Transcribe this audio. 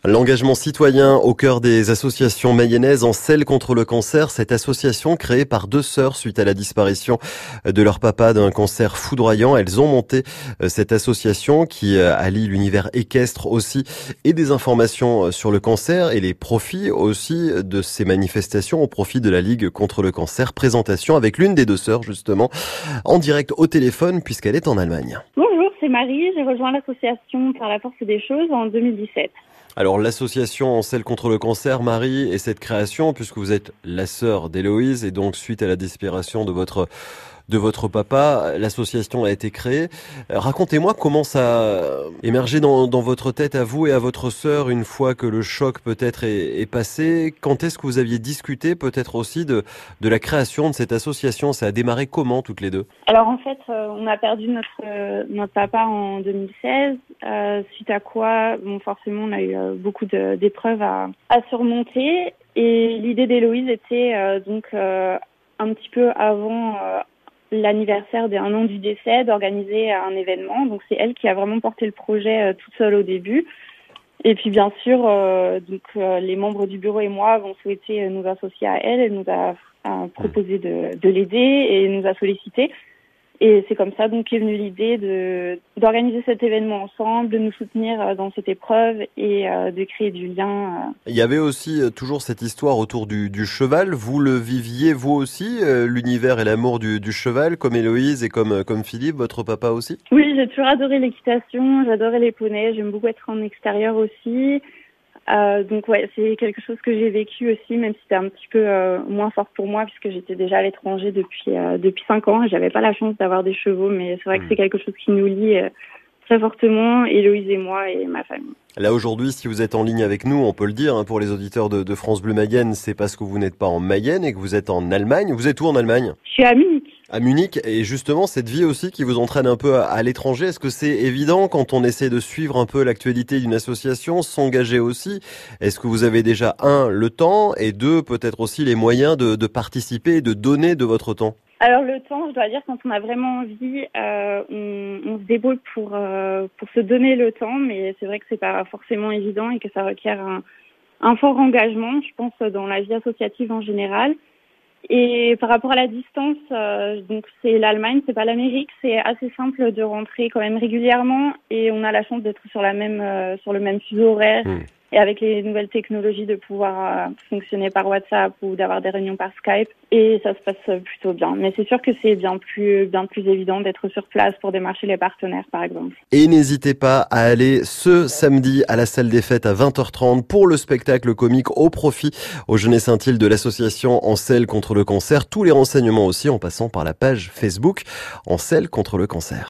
L'engagement citoyen au cœur des associations mayennaises en selle contre le cancer. Cette association créée par deux sœurs suite à la disparition de leur papa d'un cancer foudroyant. Elles ont monté cette association qui allie l'univers équestre aussi et des informations sur le cancer et les profits aussi de ces manifestations au profit de la Ligue contre le cancer. Présentation avec l'une des deux sœurs justement en direct au téléphone puisqu'elle est en Allemagne. Bonjour, c'est Marie. J'ai rejoint l'association par la force des choses en 2017. Alors l'association en selle contre le cancer, Marie, et cette création, puisque vous êtes la sœur d'Héloïse, et donc suite à la disparition de votre papa, l'association a été créée. Racontez-moi comment ça a émergé dans votre tête à vous et à votre sœur une fois que le choc peut-être est passé. Quand est-ce que vous aviez discuté peut-être aussi de la création de cette association? Ça a démarré comment toutes les deux? Alors en fait, on a perdu notre papa en 2016, suite à quoi, forcément, on a eu beaucoup d'épreuves à surmonter. Et l'idée d'Héloïse était donc un petit peu avant l'anniversaire d'1 an du décès, d'organiser un événement. Donc c'est elle qui a vraiment porté le projet toute seule au début. Et puis bien sûr, les membres du bureau et moi avons souhaité nous associer à elle. Elle nous a proposé de l'aider et nous a sollicité. Et c'est comme ça donc qu'est venue l'idée d'organiser cet événement ensemble, de nous soutenir dans cette épreuve et de créer du lien. Il y avait aussi toujours cette histoire autour du cheval. Vous le viviez vous aussi, l'univers et l'amour du cheval, comme Héloïse et comme Philippe, votre papa aussi? Oui, j'ai toujours adoré l'équitation, j'adorais les poneys, j'aime beaucoup être en extérieur aussi. Donc ouais, c'est quelque chose que j'ai vécu aussi, même si c'était un petit peu moins fort pour moi puisque j'étais déjà à l'étranger depuis 5 ans et j'avais pas la chance d'avoir des chevaux, mais c'est vrai que c'est quelque chose qui nous lie très fortement, Héloïse et moi et ma famille. Là aujourd'hui, si vous êtes en ligne avec nous, on peut le dire pour les auditeurs de France Bleu Mayenne, c'est parce que vous n'êtes pas en Mayenne et que vous êtes en Allemagne. Vous êtes où en Allemagne? Je suis à Munich. À Munich, et justement cette vie aussi qui vous entraîne un peu à l'étranger, est-ce que c'est évident quand on essaie de suivre un peu l'actualité d'une association, s'engager aussi? Est-ce que vous avez déjà le temps et peut-être aussi les moyens de participer et de donner de votre temps? Alors le temps, je dois dire, quand on a vraiment envie, on se débrouille pour se donner le temps, mais c'est vrai que c'est pas forcément évident et que ça requiert un fort engagement, je pense, dans la vie associative en général. Et par rapport à la distance, donc c'est l'Allemagne, c'est pas l'Amérique, c'est assez simple de rentrer quand même régulièrement et on a la chance d'être sur le même fuseau horaire. Et avec les nouvelles technologies de pouvoir fonctionner par WhatsApp ou d'avoir des réunions par Skype. Et ça se passe plutôt bien. Mais c'est sûr que c'est bien plus évident d'être sur place pour démarcher les partenaires, par exemple. Et n'hésitez pas à aller ce samedi à la salle des fêtes à 20h30 pour le spectacle comique au profit au Jeunesse Saint-Île de l'association En selle contre le cancer. Tous les renseignements aussi en passant par la page Facebook En selle contre le cancer.